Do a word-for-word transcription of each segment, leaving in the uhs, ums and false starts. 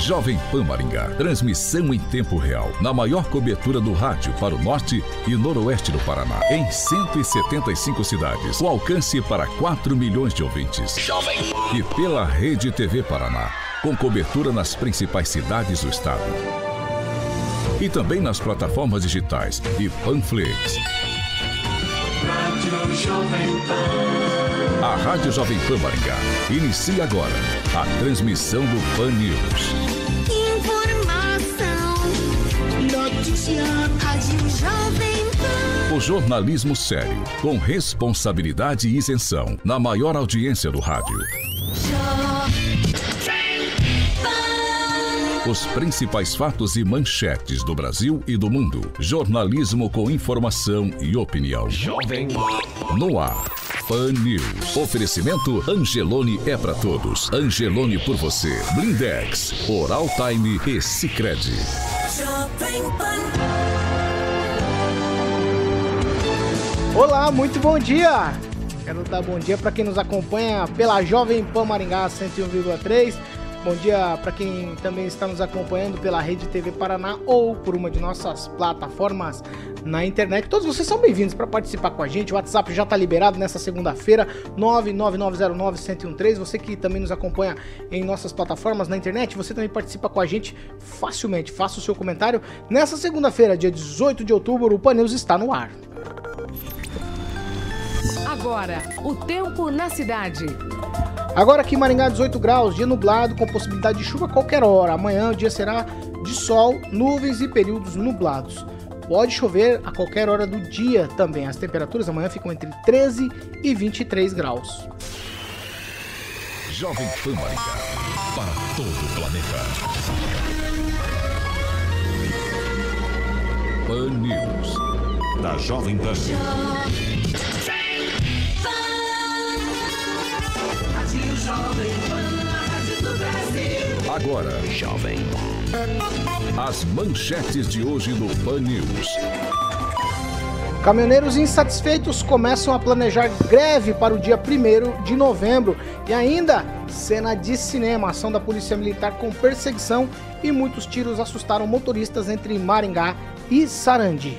Jovem Pan Maringá. Transmissão em tempo real. Na maior cobertura do rádio para o norte e noroeste do Paraná. Em cento e setenta e cinco cidades. Com alcance para quatro milhões de ouvintes. Jovem Pan. E pela Rede T V Paraná. Com cobertura nas principais cidades do estado. E também nas plataformas digitais e Panflix. Rádio Jovem Pan. A Rádio Jovem Pan Maringá inicia agora a transmissão do Pan News. Informação, notícia, Rádio Jovem Pan. O jornalismo sério, com responsabilidade e isenção, na maior audiência do rádio. Os principais fatos e manchetes do Brasil e do mundo. Jornalismo com informação e opinião. Jovem no ar. Pan News. Oferecimento Angelone é pra todos. Angelone por você. Blindex, Oral Time e Sicredi. Olá, muito bom dia. Quero dar bom dia para quem nos acompanha pela Jovem Pan Maringá cento e um vírgula três. Bom dia para quem também está nos acompanhando pela Rede T V Paraná ou por uma de nossas plataformas na internet. Todos vocês são bem-vindos para participar com a gente. O WhatsApp já está liberado nessa segunda-feira, nove nove nove zero nove um zero um três. Você que também nos acompanha em nossas plataformas na internet, você também participa com a gente facilmente. Faça o seu comentário. Nessa segunda-feira, dia dezoito de outubro, o Pan News está no ar. Agora, o tempo na cidade. Agora aqui em Maringá, dezoito graus, dia nublado, com possibilidade de chuva a qualquer hora. Amanhã o dia será de sol, nuvens e períodos nublados. Pode chover a qualquer hora do dia também. As temperaturas amanhã ficam entre treze e vinte e três graus. Jovem Pan Maringá, para todo o planeta. Pan News, da Jovem Pan. Agora, Jovem. As manchetes de hoje do Pan News. Caminhoneiros insatisfeitos começam a planejar greve para o dia primeiro de novembro. E ainda, cena de cinema, ação da Polícia Militar com perseguição e muitos tiros assustaram motoristas entre Maringá e Sarandi.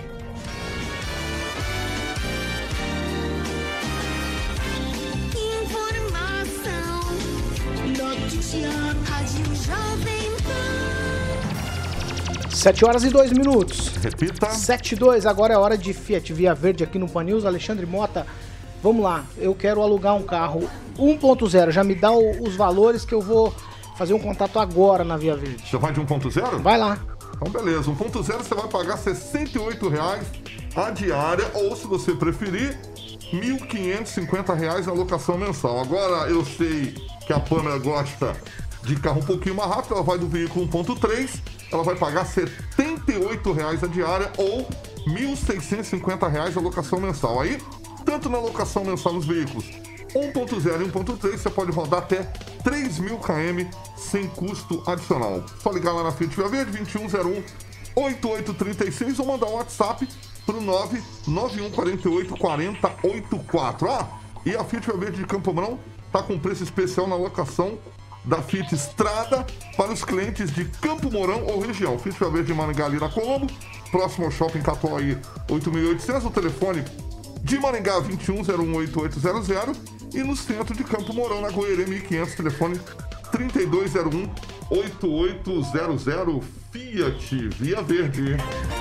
sete horas e dois minutos. Repita. sete e dois, agora é hora de Fiat Via Verde aqui no Pan News. Alexandre Mota, vamos lá. Eu quero alugar um carro um ponto zero. Já me dá o, os valores que eu vou fazer um contato agora na Via Verde. Você vai de um ponto zero? Vai lá. Então beleza, um ponto zero você vai pagar sessenta e oito reais a diária, ou se você preferir, mil quinhentos e cinquenta reais a locação mensal. Agora eu sei que a Pâmela gosta de carro um pouquinho mais rápido, ela vai do veículo um ponto três, ela vai pagar setenta e oito reais a diária ou mil seiscentos e cinquenta reais a locação mensal. Aí, tanto na locação mensal nos veículos um ponto zero e um ponto três, você pode rodar até três mil quilômetros sem custo adicional. Só ligar lá na Fiat Via Verde, vinte e um zero um, oitenta e oito trinta e seis ou mandar um WhatsApp pro nove nove um quatro oito quatro zero oito quatro. Ah, e a Fiat Via Verde de Campo Mourão tá com preço especial na locação da Fiat Estrada para os clientes de Campo Mourão ou região. Fiat Via Verde de Maringá, ali na Colombo, próximo ao Shopping Catuaí oito mil e oitocentos, o telefone de Maringá vinte e um zero um oito oito zero zero e no centro de Campo Mourão, na Goiânia mil e quinhentos, telefone trinta e dois zero um oito oito zero zero. Fiat Via Verde.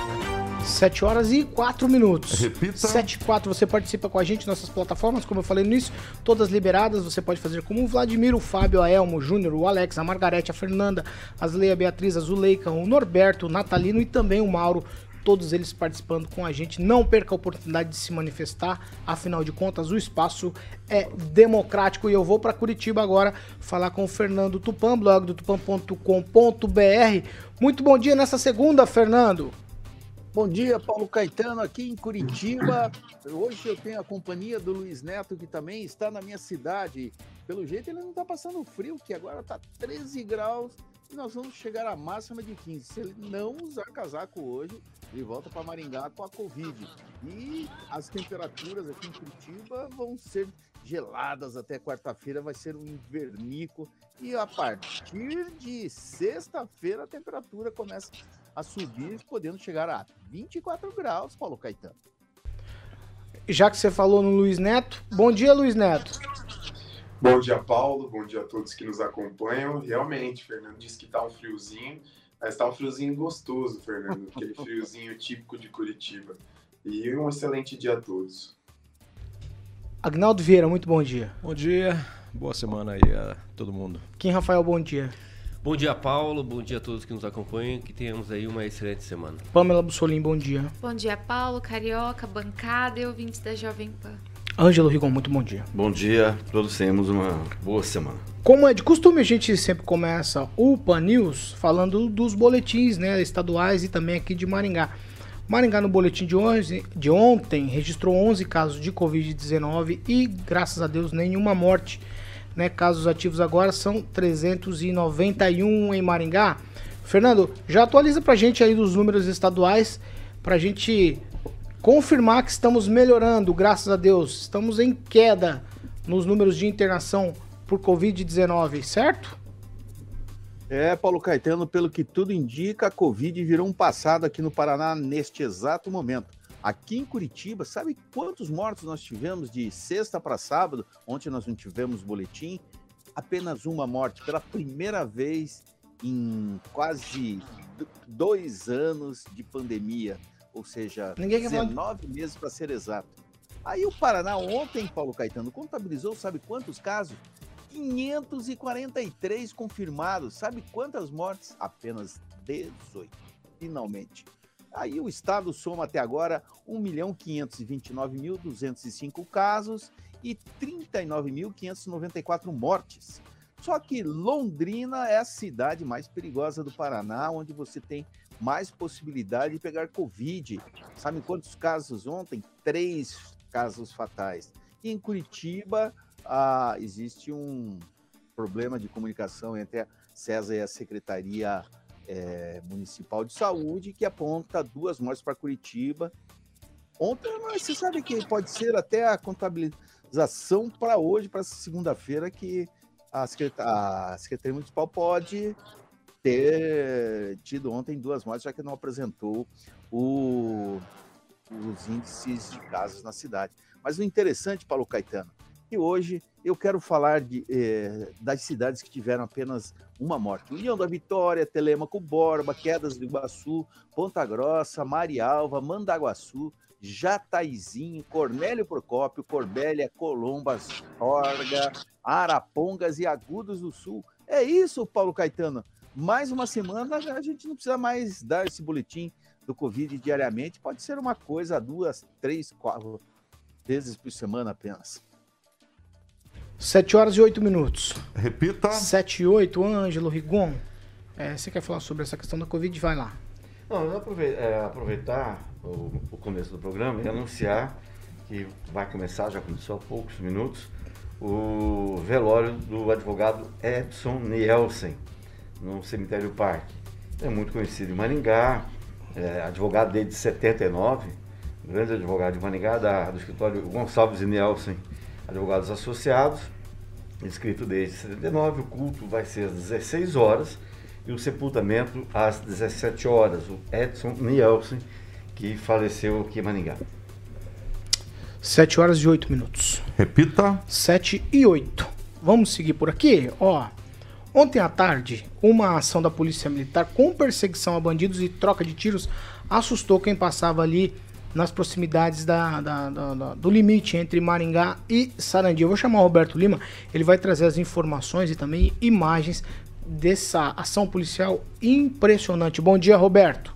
sete horas e quatro minutos. Repita. sete e quatro, você participa com a gente nas nossas plataformas, como eu falei no início, todas liberadas. Você pode fazer como o Vladimir, o Fábio, a Elmo, o Júnior, o Alex, a Margarete, a Fernanda, a Zleia, a Beatriz, a Zuleika, o Norberto, o Natalino e também o Mauro. Todos eles participando com a gente. Não perca a oportunidade de se manifestar. Afinal de contas, o espaço é democrático. E eu vou para Curitiba agora falar com o Fernando Tupan, blog do tupan ponto com ponto br. Muito bom dia nessa segunda, Fernando. Bom dia, Paulo Caetano, aqui em Curitiba. Hoje eu tenho a companhia do Luiz Neto, que também está na minha cidade. Pelo jeito ele não está passando frio, que agora está treze graus e nós vamos chegar à máxima de quinze. Se ele não usar casaco hoje, ele volta para Maringá com a Covid. E as temperaturas aqui em Curitiba vão ser geladas até quarta-feira, vai ser um invernico. E a partir de sexta-feira a temperatura começa a subir, podendo chegar a vinte e quatro graus, Paulo Caetano. Já que você falou no Luiz Neto, bom dia, Luiz Neto. Bom dia, Paulo. Bom dia a todos que nos acompanham. Realmente, Fernando disse que tá um friozinho, mas tá um friozinho gostoso, Fernando. Aquele friozinho típico de Curitiba. E um excelente dia a todos. Agnaldo Vieira, muito bom dia. Bom dia, boa semana aí a todo mundo. Kim Rafael, bom dia. Bom dia, Paulo. Bom dia a todos que nos acompanham. Que tenhamos aí uma excelente semana. Pamela Bussolim, bom dia. Bom dia, Paulo, Carioca, bancada e ouvintes da Jovem Pan. Ângelo Rigon, muito bom dia. Bom dia, todos tenhamos uma boa semana. Como é de costume, a gente sempre começa o Pan News falando dos boletins, né, estaduais e também aqui de Maringá. Maringá, no boletim de, onze, de ontem, registrou onze casos de covid dezenove e, graças a Deus, nenhuma morte. Né, casos ativos agora são trezentos e noventa e um em Maringá. Fernando, já atualiza pra gente aí dos números estaduais, pra gente confirmar que estamos melhorando, graças a Deus. Estamos em queda nos números de internação por covid dezenove, certo? É, Paulo Caetano, pelo que tudo indica, a Covid virou um passado aqui no Paraná neste exato momento. Aqui em Curitiba, sabe quantos mortos nós tivemos de sexta para sábado? Ontem nós não tivemos boletim. Apenas uma morte, pela primeira vez em quase dois anos de pandemia. Ou seja, dezenove meses para ser exato. Aí o Paraná ontem, Paulo Caetano, contabilizou, sabe quantos casos? quinhentos e quarenta e três confirmados. Sabe quantas mortes? Apenas dezoito, finalmente. Aí o estado soma até agora um milhão quinhentos e vinte e nove mil duzentos e cinco casos e trinta e nove mil quinhentos e noventa e quatro mortes. Só que Londrina é a cidade mais perigosa do Paraná, onde você tem mais possibilidade de pegar Covid. Sabe quantos casos ontem? Três casos fatais. E em Curitiba, ah, existe um problema de comunicação entre a César e a Secretaria é, Municipal de Saúde, que aponta duas mortes para Curitiba. Ontem, mas você sabe que pode ser até a contabilização para hoje, para segunda-feira, que a Secretaria, a Secretaria Municipal pode ter tido ontem duas mortes, já que não apresentou o, os índices de casos na cidade. Mas o interessante, Paulo Caetano, que hoje eu quero falar de, eh, das cidades que tiveram apenas uma morte. União da Vitória, Telêmaco Borba, Quedas do Iguaçu, Ponta Grossa, Marialva, Mandaguaçu, Jataizinho, Cornélio Procópio, Corbélia, Colombas, Torga, Arapongas e Agudos do Sul. É isso, Paulo Caetano. Mais uma semana, a gente não precisa mais dar esse boletim do Covid diariamente. Pode ser uma coisa, duas, três, quatro vezes por semana apenas. sete horas e oito minutos. Repita. sete e oito, Ângelo Rigon. É, você quer falar sobre essa questão da Covid? Vai lá. Não, eu vou aproveitar, é, aproveitar o, o começo do programa e anunciar que vai começar, já começou há poucos minutos, o velório do advogado Edson Nielsen, no Cemitério Parque. É muito conhecido em Maringá, é, advogado desde setenta e nove, grande advogado de Maringá, da, do escritório Gonçalves e Nielsen, Advogados Associados, inscrito desde setenta e nove. O culto vai ser às dezesseis horas e o sepultamento às dezessete horas. O Edson Nielsen, que faleceu aqui em Maringá. sete horas e oito minutos. Repita. sete e oito. Vamos seguir por aqui? Ó, ontem à tarde, uma ação da Polícia Militar com perseguição a bandidos e troca de tiros assustou quem passava ali nas proximidades da, da, da, da, do limite entre Maringá e Sarandi. Eu vou chamar o Roberto Lima, ele vai trazer as informações e também imagens dessa ação policial impressionante. Bom dia, Roberto.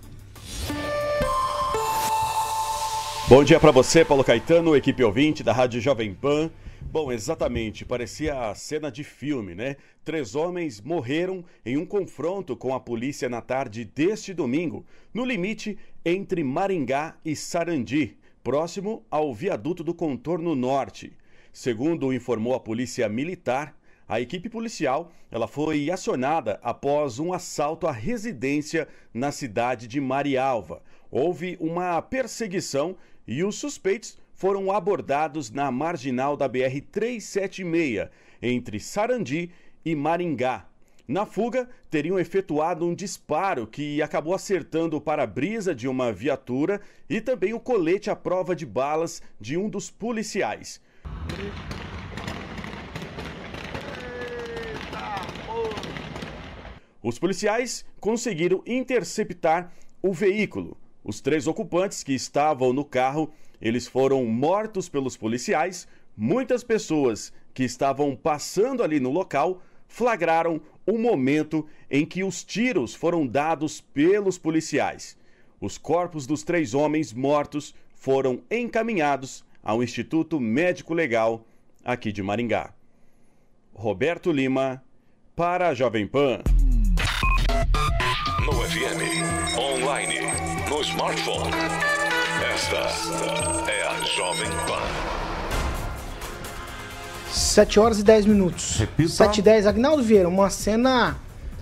Bom dia para você, Paulo Caetano, equipe ouvinte da Rádio Jovem Pan. Bom, exatamente, parecia a cena de filme, né? Três homens morreram em um confronto com a polícia na tarde deste domingo, no limite entre Maringá e Sarandi, próximo ao viaduto do Contorno Norte. Segundo informou a Polícia Militar, A equipe policial ela foi acionada após um assalto à residência na cidade de Marialva. Houve uma perseguição e os suspeitos foram abordados na marginal da B R trezentos e setenta e seis, entre Sarandi e Maringá. Na fuga, teriam efetuado um disparo que acabou acertando o para-brisa de uma viatura e também o colete à prova de balas de um dos policiais. Os policiais conseguiram interceptar o veículo. Os três ocupantes que estavam no carro, eles foram mortos pelos policiais. Muitas pessoas que estavam passando ali no local flagraram o momento em que os tiros foram dados pelos policiais. Os corpos dos três homens mortos foram encaminhados ao Instituto Médico Legal aqui de Maringá. Roberto Lima, para a Jovem Pan. No F M, online, no smartphone. Esta é a Jovem Pan. sete horas e dez minutos. Repita. sete e dez. Agnaldo Vieira, uma cena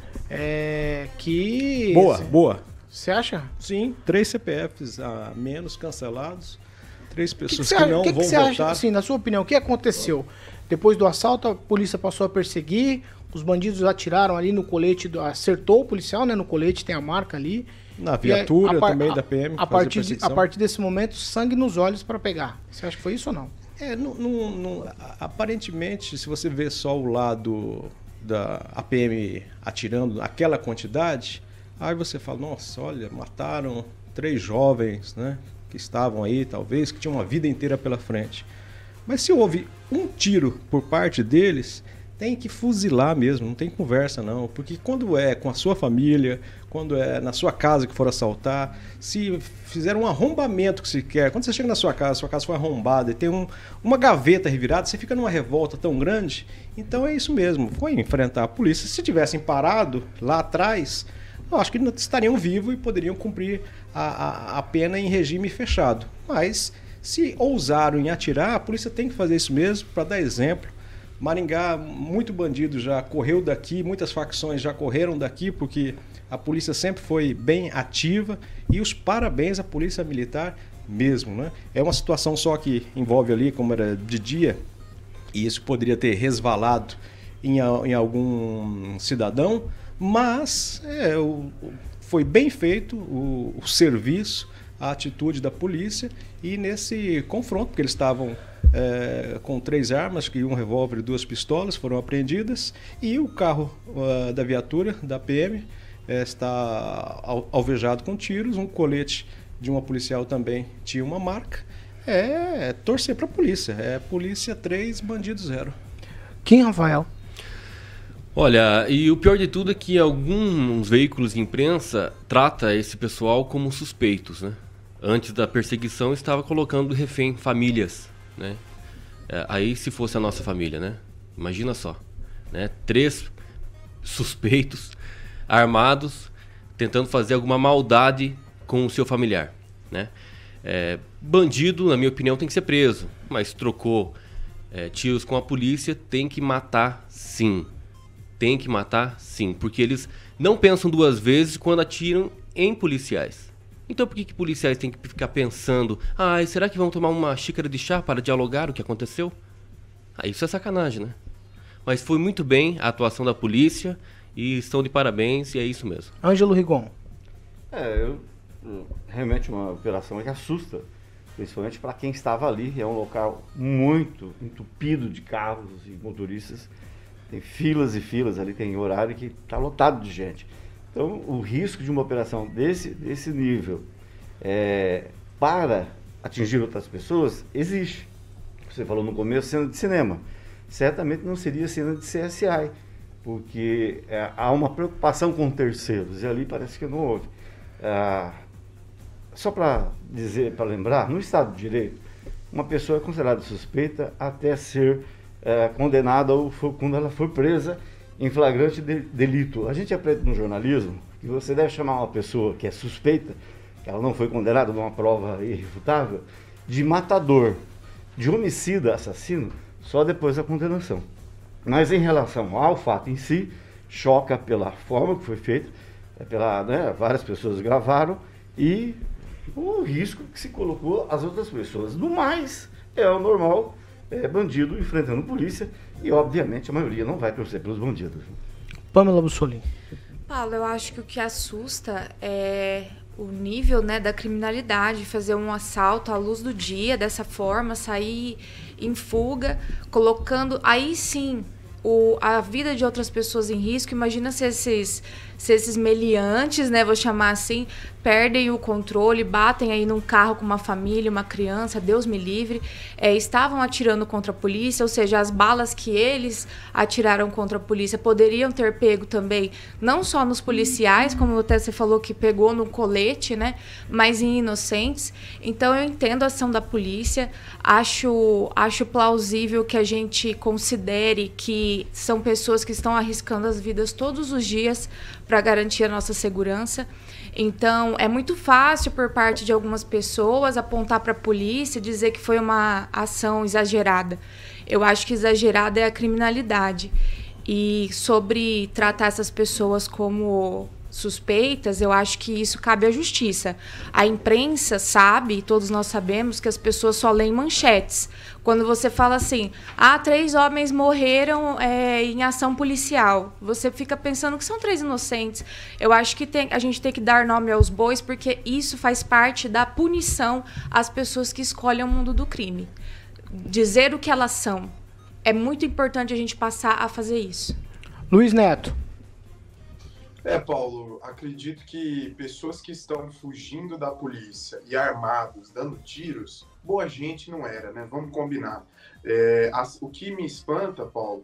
é, que... Boa, boa. Você acha? Sim, três C P Fs a menos cancelados, três pessoas que, que, que, que não que vão que você voltar. acha, assim, na sua opinião, o que aconteceu? Depois do assalto, a polícia passou a perseguir, os bandidos atiraram ali no colete, do, acertou o policial, né? No colete tem a marca ali. Na viatura aí, a, também a, da P M. A partir, de, a partir desse momento, sangue nos olhos para pegar. Você acha que foi isso ou não? É, não, não, não, aparentemente, se você vê só o lado da A P M atirando aquela quantidade, aí você fala, nossa, olha, mataram três jovens, né, que estavam aí, talvez, que tinham uma vida inteira pela frente. Mas se houve um tiro por parte deles, tem que fuzilar mesmo, não tem conversa não, porque quando é com a sua família, quando é na sua casa que for assaltar, se fizer um arrombamento que se quer, quando você chega na sua casa, sua casa foi arrombada e tem um, uma gaveta revirada, você fica numa revolta tão grande, então é isso mesmo, foi enfrentar a polícia. Se tivessem parado lá atrás, eu acho que estariam vivos e poderiam cumprir a, a, a pena em regime fechado, mas se ousaram em atirar, a polícia tem que fazer isso mesmo para dar exemplo. Maringá, muito bandido já correu daqui, muitas facções já correram daqui, porque a polícia sempre foi bem ativa, e os parabéns à polícia militar mesmo, né? É uma situação só que envolve ali, como era de dia, e isso poderia ter resvalado em, em algum cidadão, mas é, o, foi bem feito o, o serviço, a atitude da polícia, e nesse confronto, porque eles estavam é, com três armas, que um revólver e duas pistolas foram apreendidas, e o carro uh, da viatura da P M é, está al alvejado com tiros, um colete de uma policial também tinha uma marca. É, é torcer para a polícia, é polícia três, bandido zero. Quem, Rafael? Olha, e o pior de tudo é que alguns veículos de imprensa trata esse pessoal como suspeitos, né? Antes da perseguição estava colocando refém famílias, né? É, aí se fosse a nossa família, né? Imagina só, né? Três suspeitos armados tentando fazer alguma maldade com o seu familiar, né? É, bandido, na minha opinião, tem que ser preso, mas trocou é, tiros com a polícia, tem que matar sim. Tem que matar sim, porque eles não pensam duas vezes quando atiram em policiais. Então por que que policiais têm que ficar pensando, ah, será que vão tomar uma xícara de chá para dialogar o que aconteceu? Ah, isso é sacanagem, né? Mas foi muito bem a atuação da polícia e estão de parabéns e é isso mesmo. Ângelo Rigon. É, eu, eu, realmente uma operação que assusta, principalmente para quem estava ali. É um local muito entupido de carros e motoristas. Tem filas e filas ali, tem horário que está lotado de gente. Então, o risco de uma operação desse, desse nível é, para atingir outras pessoas existe. Você falou no começo, cena de cinema. Certamente não seria cena de C S I, porque é, há uma preocupação com terceiros, e ali parece que não houve. Ah, só para dizer, para lembrar, no Estado de Direito, uma pessoa é considerada suspeita até ser é, condenada ou for, quando ela for presa em flagrante de, delito. A gente aprende no jornalismo que você deve chamar uma pessoa que é suspeita, que ela não foi condenada numa prova irrefutável, de matador, de homicida, assassino, só depois da condenação. Mas em relação ao fato em si, choca pela forma que foi feito, pela, né, várias pessoas gravaram e o risco que se colocou às outras pessoas. No mais, é o normal, é bandido enfrentando polícia e, obviamente, a maioria não vai torcer pelos bandidos. Pamela Bussolini. Paulo, eu acho que o que assusta é o nível, né, da criminalidade, fazer um assalto à luz do dia, dessa forma, sair em fuga, colocando, aí sim, o, a vida de outras pessoas em risco. Imagina se esses, se esses meliantes, né, vou chamar assim, perdem o controle, batem aí num carro com uma família, uma criança, Deus me livre, é, estavam atirando contra a polícia, ou seja, as balas que eles atiraram contra a polícia poderiam ter pego também, não só nos policiais, como até você falou que pegou no colete, né, mas em inocentes. Então eu entendo a ação da polícia, acho, acho plausível que a gente considere que são pessoas que estão arriscando as vidas todos os dias para garantir a nossa segurança. Então, é muito fácil por parte de algumas pessoas apontar para a polícia e dizer que foi uma ação exagerada. Eu acho que exagerada é a criminalidade. E sobre tratar essas pessoas como suspeitas, eu acho que isso cabe à justiça. A imprensa sabe, todos nós sabemos, que as pessoas só leem manchetes. Quando você fala assim, ah, três homens morreram é, em ação policial, você fica pensando que são três inocentes. Eu acho que tem, a gente tem que dar nome aos bois, porque isso faz parte da punição às pessoas que escolhem o mundo do crime. Dizer o que elas são. É muito importante a gente passar a fazer isso. Luiz Neto. É, Paulo, acredito que pessoas que estão fugindo da polícia e armados, dando tiros, boa gente não era, né? Vamos combinar. É, a, o que me espanta, Paulo,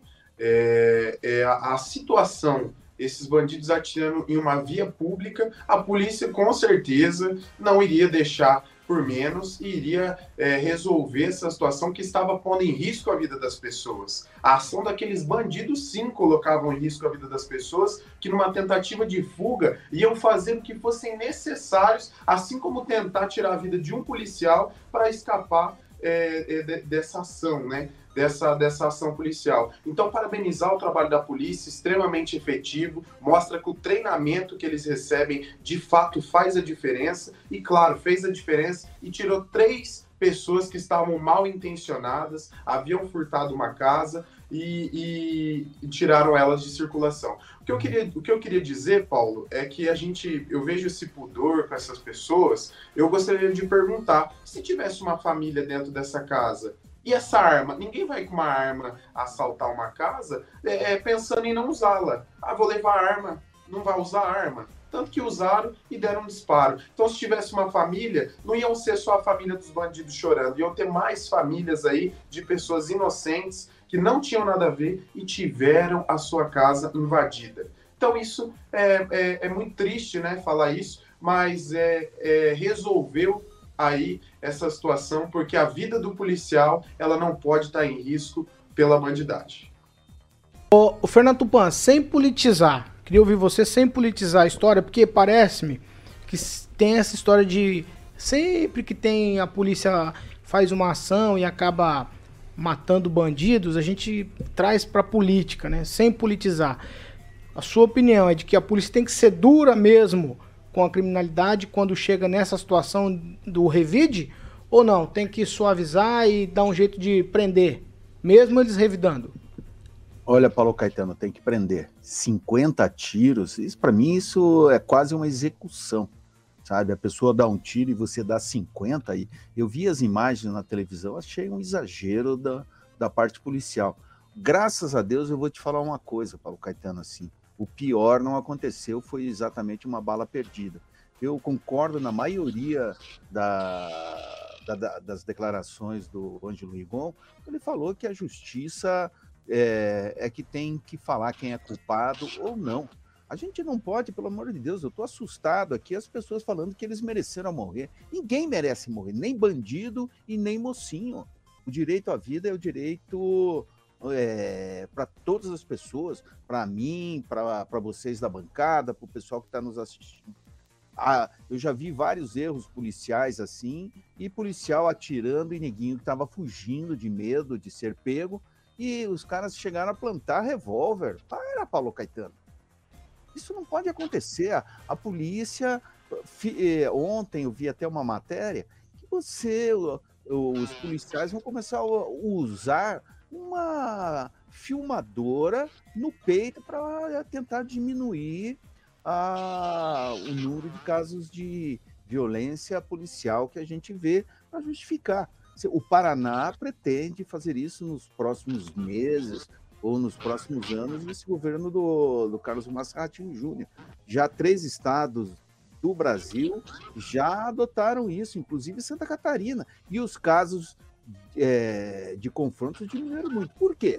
é, é a, a situação, esses bandidos atirando em uma via pública, a polícia com certeza não iria deixar por menos e iria é, resolver essa situação que estava pondo em risco a vida das pessoas. A ação daqueles bandidos, sim, colocavam em risco a vida das pessoas, que numa tentativa de fuga iam fazer o que fossem necessários, assim como tentar tirar a vida de um policial para escapar é, é, de, dessa ação, né? Dessa, dessa ação policial. Então, parabenizar o trabalho da polícia, extremamente efetivo, mostra que o treinamento que eles recebem, de fato, faz a diferença, e claro, fez a diferença e tirou três pessoas que estavam mal intencionadas, haviam furtado uma casa e, e, e tiraram elas de circulação. O que, eu queria, o que eu queria dizer, Paulo, é que a gente, eu vejo esse pudor com essas pessoas, eu gostaria de perguntar, se tivesse uma família dentro dessa casa, e essa arma? Ninguém vai com uma arma assaltar uma casa é, pensando em não usá-la. Ah, vou levar a arma, não vai usar a arma. Tanto que usaram e deram um disparo. Então, se tivesse uma família, não iam ser só a família dos bandidos chorando, iam ter mais famílias aí de pessoas inocentes que não tinham nada a ver e tiveram a sua casa invadida. Então, isso é, é, é muito triste, né, falar isso, mas é, é, resolveu aí essa situação, porque a vida do policial ela não pode estar em risco pela bandidagem. O, o Fernando Tupan, sem politizar, queria ouvir você sem politizar a história, porque parece-me que tem essa história de sempre que tem a polícia faz uma ação e acaba matando bandidos, a gente traz para política, né? Sem politizar. A sua opinião é de que a polícia tem que ser dura mesmo com a criminalidade quando chega nessa situação do revide, ou não? Tem que suavizar e dar um jeito de prender, mesmo eles revidando? Olha, Paulo Caetano, tem que prender. cinquenta tiros, isso, para mim isso é quase uma execução, sabe? A pessoa dá um tiro e você dá cinquenta. E eu vi as imagens na televisão, achei um exagero da, da parte policial. Graças a Deus eu vou te falar uma coisa, Paulo Caetano, assim, o pior não aconteceu, foi exatamente uma bala perdida. Eu concordo na maioria da, da, das declarações do Ângelo Rigon. Ele falou que a justiça é, é que tem que falar quem é culpado ou não. A gente não pode, pelo amor de Deus, eu estou assustado aqui, as pessoas falando que eles mereceram morrer. Ninguém merece morrer, nem bandido e nem mocinho. O direito à vida é o direito... É, para todas as pessoas, para mim, para vocês da bancada, para o pessoal que está nos assistindo. Ah, eu já vi vários erros policiais assim, e policial atirando em neguinho que estava fugindo de medo de ser pego, e os caras chegaram a plantar revólver. Para, Paulo Caetano. Isso não pode acontecer. A, a polícia, fi, ontem eu vi até uma matéria, que você, os policiais vão começar a usar uma filmadora no peito para tentar diminuir a, o número de casos de violência policial que a gente vê para justificar. O Paraná pretende fazer isso nos próximos meses ou nos próximos anos nesse governo do, do Carlos Massa Ratinho Júnior. Já três estados do Brasil já adotaram isso, inclusive Santa Catarina. E os casos é, de confrontos diminuíram muito. Por quê?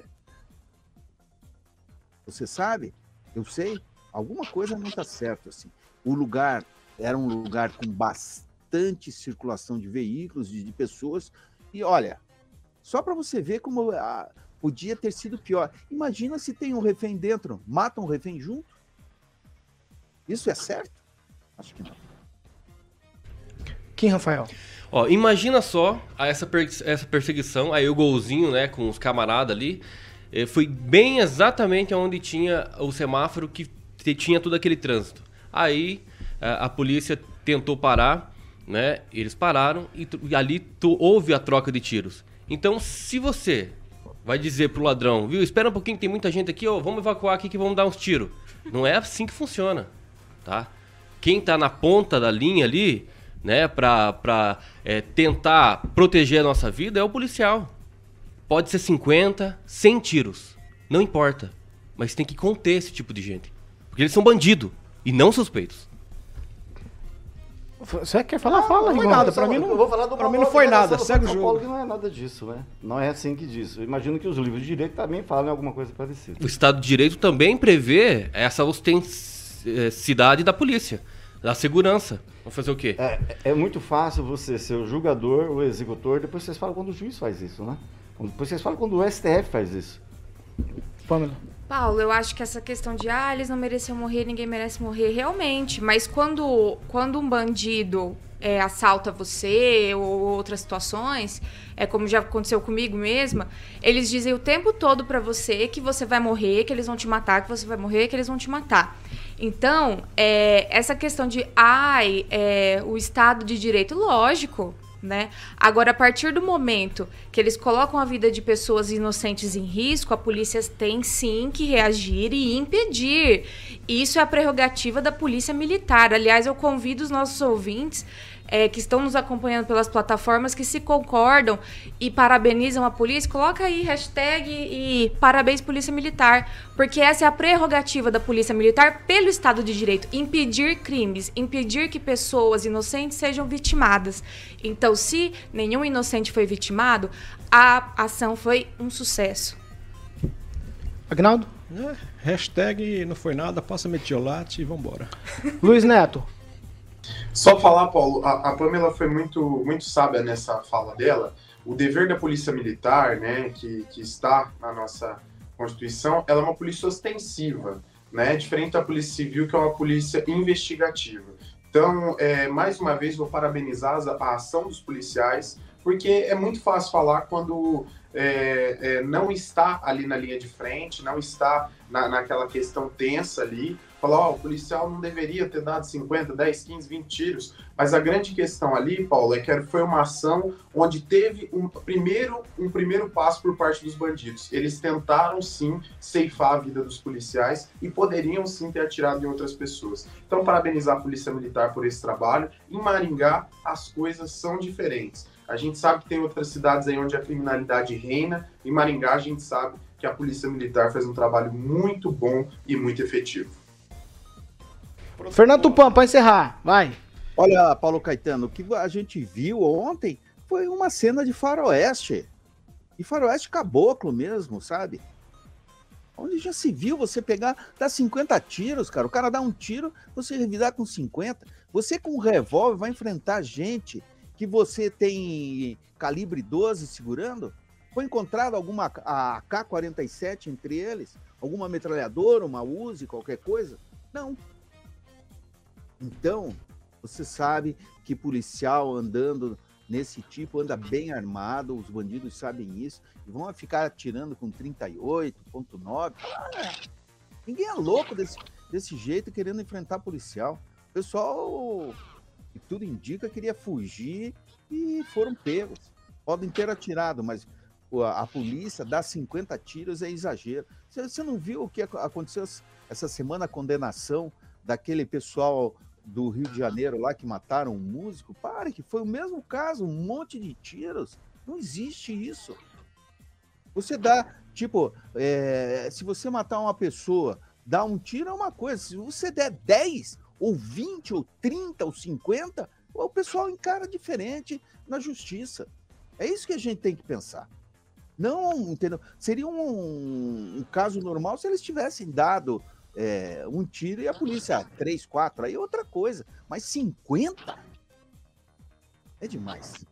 Você sabe? Eu sei. Alguma coisa não está certo assim. O lugar era um lugar com bastante circulação de veículos, de, de pessoas. E olha, só para você ver como a, podia ter sido pior. Imagina se tem um refém dentro, matam um refém junto? Isso é certo? Acho que não. Quem, Rafael? Ó, imagina só essa, per essa perseguição, aí o golzinho, né, com os camaradas ali, eh, foi bem exatamente onde tinha o semáforo que tinha todo aquele trânsito. Aí a, a polícia tentou parar, né, eles pararam e, e ali houve a troca de tiros. Então, se você vai dizer pro ladrão, viu, espera um pouquinho que tem muita gente aqui, ó, vamos evacuar aqui que vamos dar uns tiros. Não é assim que funciona, tá? Quem tá na ponta da linha ali, né, pra, pra é, tentar proteger a nossa vida é o policial. Pode ser cinquenta, cem tiros, não importa. Mas tem que conter esse tipo de gente. Porque eles são bandidos e não suspeitos. Você quer falar? Não, fala, não foi irmão. nada. Pra mim não, eu vou falar do pra mim não foi nada. Segue o São jogo. Paulo, que não é nada disso, né? Não é assim que diz. Eu imagino que os livros de direito também falam alguma coisa parecida. O Estado de Direito também prevê essa ostensidade da polícia, da segurança. Vamos fazer o quê? É, é muito fácil você ser o julgador, o executor, depois vocês falam quando o juiz faz isso, né? Depois vocês falam quando o S T F faz isso. Pamela. Paulo, eu acho que essa questão de, ah, eles não mereciam morrer, ninguém merece morrer, realmente. Mas quando, quando um bandido é, assalta você ou outras situações, é como já aconteceu comigo mesma, eles dizem o tempo todo pra você que você vai morrer, que eles vão te matar, que você vai morrer, que eles vão te matar. Então, é, essa questão de, ai, é, o Estado de Direito, lógico, né? Agora, a partir do momento que eles colocam a vida de pessoas inocentes em risco, a polícia tem sim que reagir e impedir. Isso é a prerrogativa da polícia militar. Aliás, eu convido os nossos ouvintes é, que estão nos acompanhando pelas plataformas que se concordam e parabenizam a polícia, coloca aí hashtag e parabéns Polícia Militar, porque essa é a prerrogativa da Polícia Militar pelo Estado de Direito, impedir crimes, impedir que pessoas inocentes sejam vitimadas. Então, se nenhum inocente foi vitimado, a ação foi um sucesso. Agnaldo? É, hashtag não foi nada, passa metiolate e vambora. Luiz Neto. Só falar, Paulo, a, a Pamela foi muito, muito sábia nessa fala dela. O dever da polícia militar, né, que, que está na nossa Constituição, ela é uma polícia ostensiva, né, diferente da polícia civil, que é uma polícia investigativa. Então, é, mais uma vez, vou parabenizar a, a ação dos policiais, porque é muito fácil falar quando é, é, não está ali na linha de frente, não está na, naquela questão tensa ali, falar, ó, oh, o policial não deveria ter dado cinquenta, dez, quinze, vinte tiros, mas a grande questão ali, Paulo, é que foi uma ação onde teve um primeiro, um primeiro passo por parte dos bandidos. Eles tentaram, sim, ceifar a vida dos policiais e poderiam, sim, ter atirado em outras pessoas. Então, parabenizar a Polícia Militar por esse trabalho. Em Maringá, as coisas são diferentes. A gente sabe que tem outras cidades aí onde a criminalidade reina. Em Maringá, a gente sabe que a Polícia Militar faz um trabalho muito bom e muito efetivo. Fernando Tupan, para encerrar, vai. Olha, Paulo Caetano, o que a gente viu ontem foi uma cena de faroeste. E faroeste caboclo mesmo, sabe? Onde já se viu você pegar, dar cinquenta tiros, cara. O cara dá um tiro, você revidar com cinquenta. Você com um revólver vai enfrentar gente que você tem calibre doze segurando? Foi encontrado alguma A K quarenta e sete entre eles? Alguma metralhadora, uma Uzi, qualquer coisa? Não. Então, você sabe que policial andando nesse tipo anda bem armado, os bandidos sabem isso, e vão ficar atirando com trinta e oito ponto nove. Ah, ninguém é louco desse, desse jeito querendo enfrentar policial. O pessoal, que tudo indica, queria fugir e foram pegos. Podem ter atirado, mas a, a polícia dar cinquenta tiros é exagero. Você, você não viu o que aconteceu essa semana, a condenação daquele pessoal do Rio de Janeiro lá que mataram um músico? Pare, que foi o mesmo caso, um monte de tiros. Não existe isso. Você dá, tipo, é, se você matar uma pessoa, dar um tiro é uma coisa. Se você der dez, ou vinte, ou trinta, ou cinquenta, o pessoal encara diferente na justiça. É isso que a gente tem que pensar. Não, entendeu? Seria um, um caso normal se eles tivessem dado é, um tiro e a polícia três, quatro, aí é outra coisa. Mas cinquenta? É demais.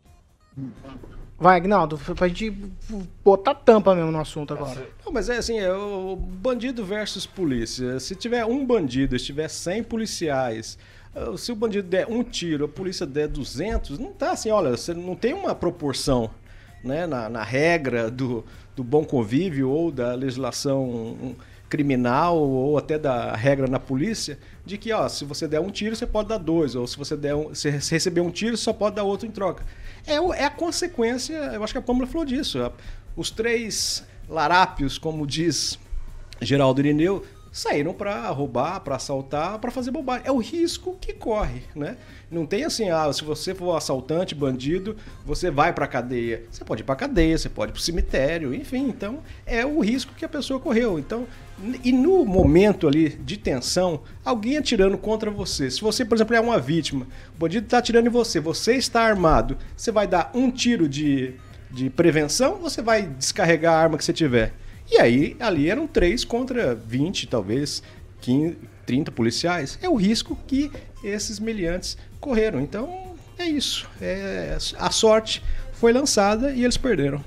Vai, Agnaldo, pra gente botar tampa mesmo no assunto agora. Não, mas é assim, é o bandido versus polícia. Se tiver um bandido, se tiver cem policiais, se o bandido der um tiro, a polícia der duzentos, não tá assim, olha, você não tem uma proporção, né, na, na regra do, do bom convívio ou da legislação criminal ou até da regra na polícia, de que, ó, se você der um tiro, você pode dar dois, ou se você der um, se receber um tiro, você só pode dar outro em troca. É, é a consequência, eu acho que a Pâmela falou disso. Os três larápios, como diz Geraldo Irineu, saíram para roubar, para assaltar, para fazer bobagem. É o risco que corre, né? Não tem assim, ah, se você for assaltante, bandido, você vai para a cadeia. Você pode ir para a cadeia, você pode ir para o cemitério, enfim. Então, é o risco que a pessoa correu. Então, e no momento ali de tensão, alguém atirando contra você. Se você, por exemplo, é uma vítima, o bandido está atirando em você, você está armado, você vai dar um tiro de, de prevenção, você vai descarregar a arma que você tiver. E aí, ali eram três contra vinte, talvez, quinze, trinta policiais. É o risco que esses meliantes correram. Então, é isso. É, a sorte foi lançada e eles perderam.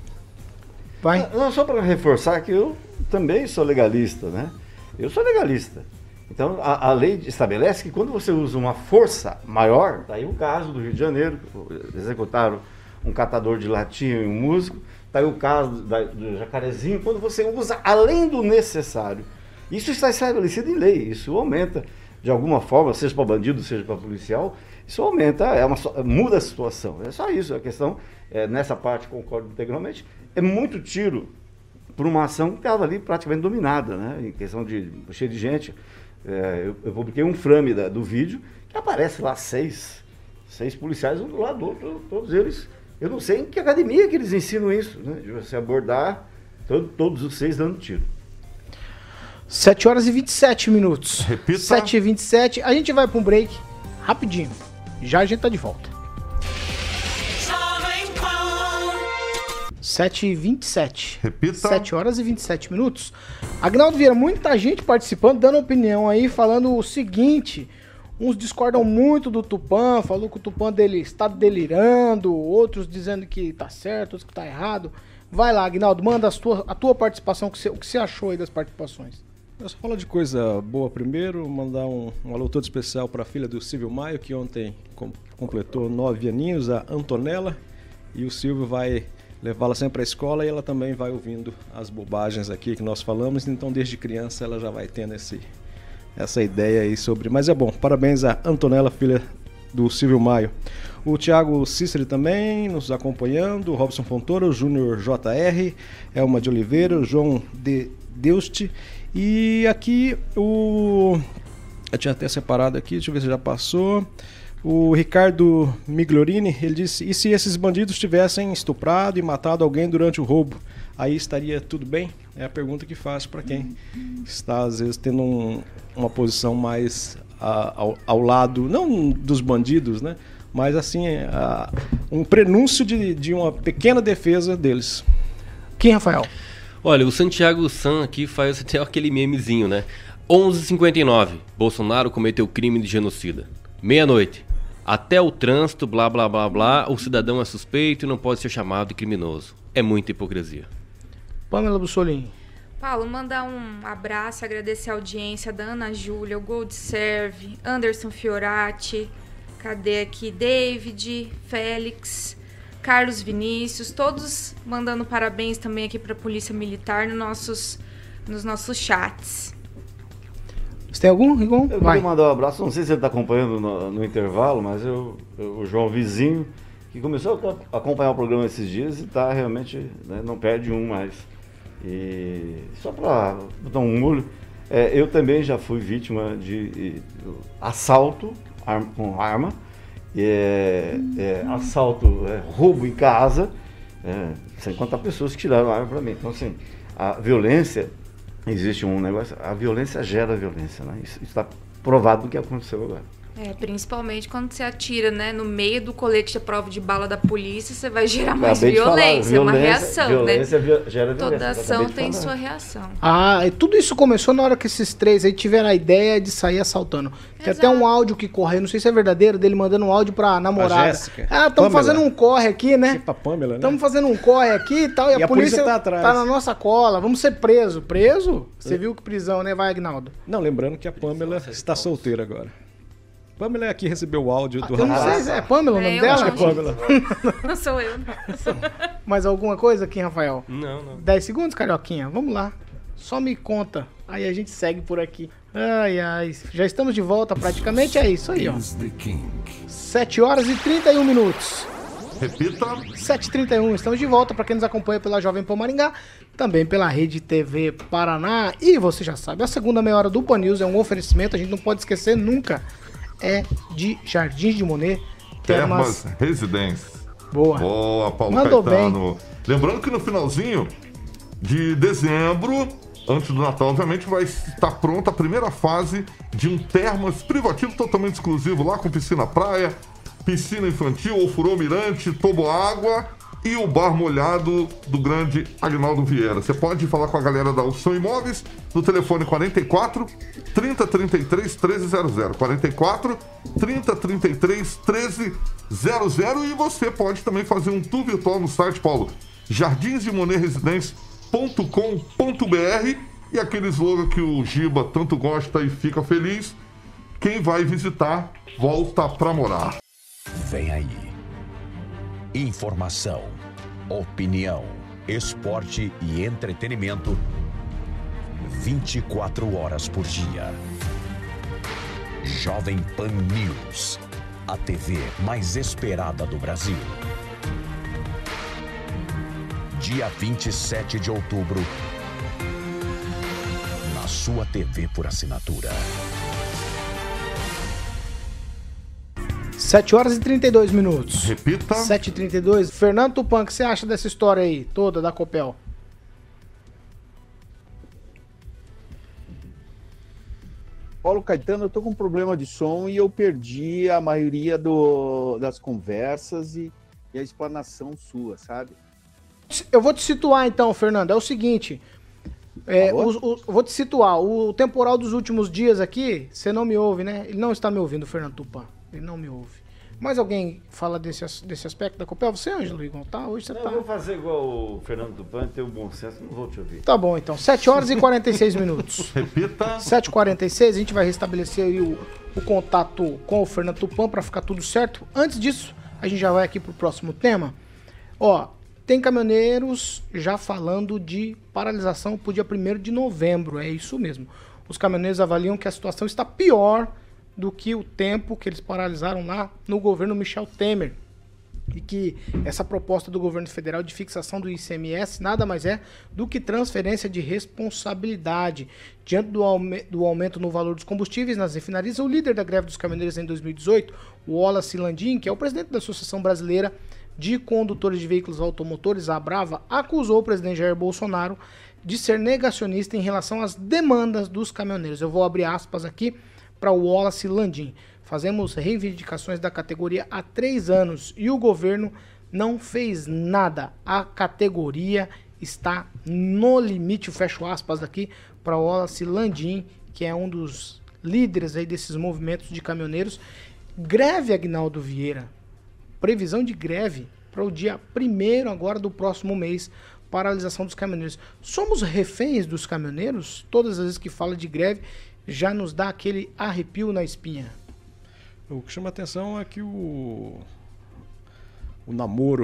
Vai. Não, só para reforçar que eu também sou legalista, né? Eu sou legalista. Então, a, a lei estabelece que quando você usa uma força maior, tá aí o caso do Rio de Janeiro, executaram um catador de latinha e um músico, tá aí o caso da, do Jacarezinho, quando você usa além do necessário. Isso está estabelecido em lei, isso aumenta de alguma forma, seja para bandido, seja para policial, isso aumenta, é uma, muda a situação. É só isso, a questão, é, nessa parte concordo integralmente, é muito tiro por uma ação que estava ali praticamente dominada, né? Em questão de cheio de gente. É, eu, eu publiquei um frame da, do vídeo que aparece lá seis, seis policiais um do lado do outro, todos eles. Eu não sei em que academia que eles ensinam isso, né? De você abordar todo, todos os seis dando tiro. sete horas e vinte e sete minutos. Repita. sete e vinte e sete. A gente vai para um break rapidinho. Já a gente tá de volta. sete e vinte e sete. Repita. sete horas e vinte e sete minutos. Agnaldo Vieira, muita gente participando, dando opinião aí, falando o seguinte: uns discordam muito do Tupã, falou que o Tupã dele está delirando, outros dizendo que tá certo, outros que tá errado. Vai lá, Agnaldo, manda as tua, a tua participação, o que você, o que você achou aí das participações. Eu só falo de coisa boa primeiro, mandar um, um alô todo especial para a filha do Silvio Maio, que ontem com, completou nove aninhos, a Antonella, e o Silvio vai levá-la sempre para a escola e ela também vai ouvindo as bobagens aqui que nós falamos, então desde criança ela já vai tendo esse, essa ideia aí sobre... Mas é bom, parabéns a Antonella, filha do Silvio Maio. O Thiago Cícero também nos acompanhando, o Robson Fontoura, o Júnior J R, Elma de Oliveira, o João de Deuste, e aqui o... Eu tinha até separado aqui, deixa eu ver se já passou... O Ricardo Migliorini, ele disse: e se esses bandidos tivessem estuprado e matado alguém durante o roubo, aí estaria tudo bem? É a pergunta que faço para quem está, às vezes, tendo um, uma posição mais a, ao, ao lado, não dos bandidos, né? Mas, assim, a, um prenúncio de, de uma pequena defesa deles. Quem, Rafael? Olha, o Santiago San aqui faz até aquele memezinho, né? onze e cinquenta e nove, Bolsonaro cometeu crime de genocida. Meia-noite. Até o trânsito, blá, blá, blá, blá, o cidadão é suspeito e não pode ser chamado de criminoso. É muita hipocrisia. Pâmela Bussolini. Paulo, mandar um abraço, agradecer a audiência da Ana Júlia, o Gold Serve, Anderson Fiorati, cadê aqui? David, Félix, Carlos Vinícius, todos mandando parabéns também aqui para a Polícia Militar nos nossos, nos nossos chats. Você tem algum, Rigon? Eu Vai. queria mandar um abraço, não sei se ele está acompanhando no, no intervalo, mas eu, eu, o João Vizinho, que começou a acompanhar o programa esses dias e está realmente, né, não perde um mais. E só para botar um molho, é, eu também já fui vítima de, de assalto ar, com arma, é, é, assalto, é, roubo em casa, é, sem contar pessoas que tiraram a arma para mim. Então, assim, a violência, existe um negócio, a violência gera violência, né? Isso está provado do que aconteceu agora. É, principalmente quando você atira, né, no meio do colete à prova de bala da polícia, você vai gerar mais violência, falar, violência, uma reação, violência né? Violência gera Toda violência. ação tem sua reação. Ah, e tudo isso começou na hora que esses três aí tiveram a ideia de sair assaltando. Tem Exato. até um áudio que corre, não sei se é verdadeiro, dele mandando um áudio pra namorada. Jéssica. Ah, estamos fazendo um corre aqui, né? Tipo a Pamela, né? Estamos fazendo um corre aqui e tal, e, E a, a polícia, polícia tá atrás. tá na nossa cola, vamos ser preso. Preso? Você viu que prisão, né? Vai, Agnaldo. Não, lembrando que a Pamela está solteira agora. Pamela aqui recebeu o áudio do Eu não rapaz. sei se é Pamela o nome É, eu dela? Acho que é Pamela. Não sou eu, não. Mais alguma coisa aqui, Rafael? Não, não. dez segundos, Carioquinha? Vamos lá. Só me conta. Aí a gente segue por aqui. Ai, ai. Já estamos de volta praticamente. É isso aí, ó. sete horas e trinta e um minutos. Repita. sete e trinta e um. Estamos de volta para quem nos acompanha pela Jovem Pan Maringá, também pela Rede T V Paraná. E você já sabe, a segunda meia hora do Pan News é um oferecimento, a gente não pode esquecer nunca. É de Jardins de Monet. Termas Residência. Boa. Boa, Paulo Mandou Caetano. Lembrando que no finalzinho de dezembro, antes do Natal, obviamente, vai estar pronta a primeira fase de um termas privativo totalmente exclusivo lá com piscina praia, piscina infantil, ofurô mirante, toboágua e o bar molhado do grande Agnaldo Vieira. Você pode falar com a galera da Opção Imóveis no telefone quarenta e quatro, trinta, trinta e três, treze zero zero. quarenta e quatro, trinta, trinta e três, treze zero zero. E você pode também fazer um tour virtual no site, Paulo, jardins de monet residência ponto com ponto b r. E aquele slogan que o Giba tanto gosta e fica feliz: quem vai visitar, volta pra morar. Vem aí. Informação, opinião, esporte e entretenimento vinte e quatro horas por dia. Jovem Pan News, a T V mais esperada do Brasil. Dia vinte e sete de outubro, na sua T V por assinatura. sete horas e trinta e dois minutos. Repita. sete e trinta e dois. Fernando Tupan, o que você acha dessa história aí, toda da Copel? Paulo Caetano, eu tô com um problema de som e eu perdi a maioria do, das conversas e, e a explanação sua, sabe? Eu vou te situar então, Fernando. É o seguinte. É, o, o, vou te situar. O temporal dos últimos dias aqui, você não me ouve, né? Ele não está me ouvindo, Fernando Tupan. Ele não me ouve. Mais alguém fala desse, desse aspecto da Copel? Você, Ângelo Rigon, tá? Hoje você não, tá... Eu vou fazer igual o Fernando Tupan, ter o bom senso, não vou te ouvir. Tá bom, então. sete horas e quarenta e seis minutos. Repita. sete e quarenta e seis, a gente vai restabelecer aí o, o contato com o Fernando Tupan para ficar tudo certo. Antes disso, a gente já vai aqui pro próximo tema. Ó, tem caminhoneiros já falando de paralisação pro dia primeiro de novembro. É isso mesmo. Os caminhoneiros avaliam que a situação está pior do que o tempo que eles paralisaram lá no governo Michel Temer. E que essa proposta do governo federal de fixação do I C M S nada mais é do que transferência de responsabilidade. Diante do, aume do aumento no valor dos combustíveis nas refinarias, o líder da greve dos caminhoneiros em dois mil e dezoito, o Wallace Landim, que é o presidente da Associação Brasileira de Condutores de Veículos Automotores, a Abrava, acusou o presidente Jair Bolsonaro de ser negacionista em relação às demandas dos caminhoneiros. Eu vou abrir aspas aqui para o Wallace Landim. Fazemos reivindicações da categoria há três anos e o governo não fez nada. A categoria está no limite. Fecho aspas aqui para o Wallace Landim, que é um dos líderes aí desses movimentos de caminhoneiros. Greve, Agnaldo Vieira. Previsão de greve para o dia primeiro agora do próximo mês. Paralisação dos caminhoneiros. Somos reféns dos caminhoneiros? Todas as vezes que fala de greve, já nos dá aquele arrepio na espinha. O que chama a atenção é que o, o namoro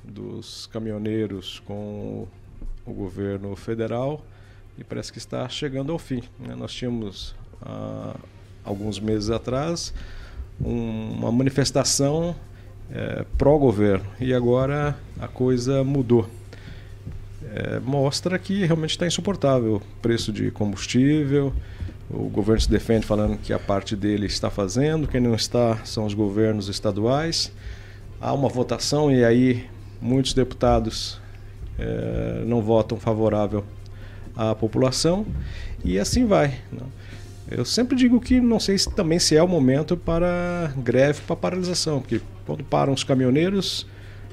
dos caminhoneiros com o governo federal e parece que está chegando ao fim, né? Nós tínhamos, há alguns meses atrás, um, uma manifestação é, pró-governo e agora a coisa mudou. É, mostra que realmente está insuportável o preço de combustível. O governo se defende falando que a parte dele está fazendo, quem não está são os governos estaduais. Há uma votação e aí muitos deputados é, não votam favorável à população e assim vai, né? Eu sempre digo que não sei se, também se é o momento para greve, para paralisação, porque quando param os caminhoneiros,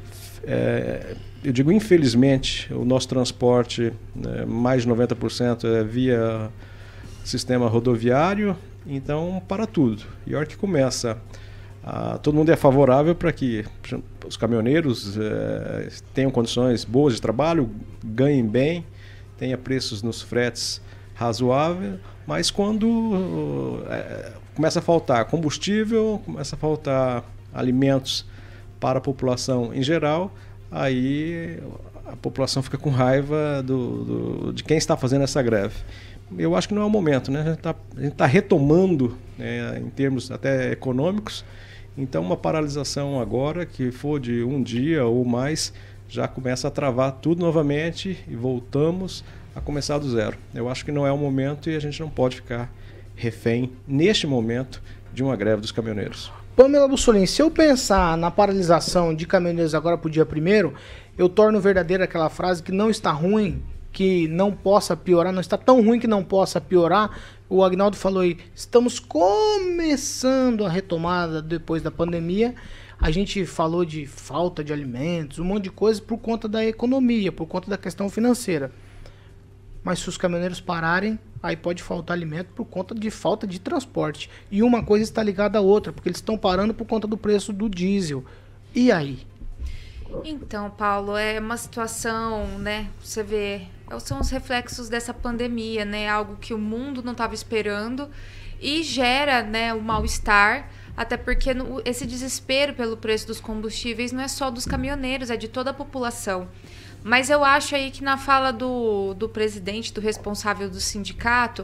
é, eu digo infelizmente, o nosso transporte, né, mais de noventa por cento é via sistema rodoviário, então para tudo. E a hora que começa, a, todo mundo é favorável para que os caminhoneiros é, tenham condições boas de trabalho, ganhem bem, tenha preços nos fretes razoáveis, mas quando é, começa a faltar combustível, começa a faltar alimentos para a população em geral, aí a população fica com raiva do, do, de quem está fazendo essa greve. Eu acho que não é o momento, né? A gente está tá retomando, né, em termos até econômicos, então uma paralisação agora, que for de um dia ou mais, já começa a travar tudo novamente e voltamos a começar do zero. Eu acho que não é o momento e a gente não pode ficar refém, neste momento, de uma greve dos caminhoneiros. Pamela Bussolini, se eu pensar na paralisação de caminhoneiros agora para o dia primeiro, eu torno verdadeira aquela frase que não está ruim, que não possa piorar, não está tão ruim que não possa piorar. O Agnaldo falou aí, estamos começando a retomada depois da pandemia. A gente falou de falta de alimentos, um monte de coisa por conta da economia, por conta da questão financeira. Mas se os caminhoneiros pararem, aí pode faltar alimento por conta de falta de transporte. E uma coisa está ligada à outra, porque eles estão parando por conta do preço do diesel. E aí? Então, Paulo, é uma situação, né? Você vê, são os reflexos dessa pandemia, né? Algo que o mundo não estava esperando e gera, né, o mal-estar. Até porque no, esse desespero pelo preço dos combustíveis não é só dos caminhoneiros, é de toda a população. Mas eu acho aí que na fala do, do presidente, do responsável do sindicato,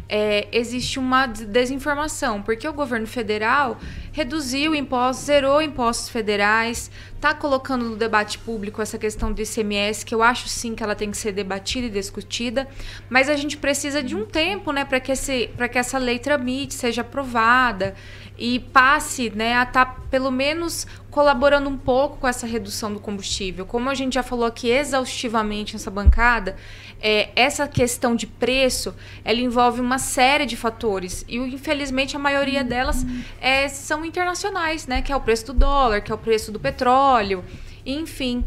é, existe uma desinformação, porque o governo federal reduziu impostos, zerou impostos federais, está colocando no debate público essa questão do I C M S, que eu acho sim que ela tem que ser debatida e discutida, mas a gente precisa de um tempo, né, para que, esse, para que essa lei tramite, seja aprovada e passe, né, a estar tá, pelo menos colaborando um pouco com essa redução do combustível. Como a gente já falou aqui exaustivamente nessa bancada, é, essa questão de preço, ela envolve uma série de fatores e infelizmente a maioria delas é, são internacionais, né, que é o preço do dólar, que é o preço do petróleo, enfim,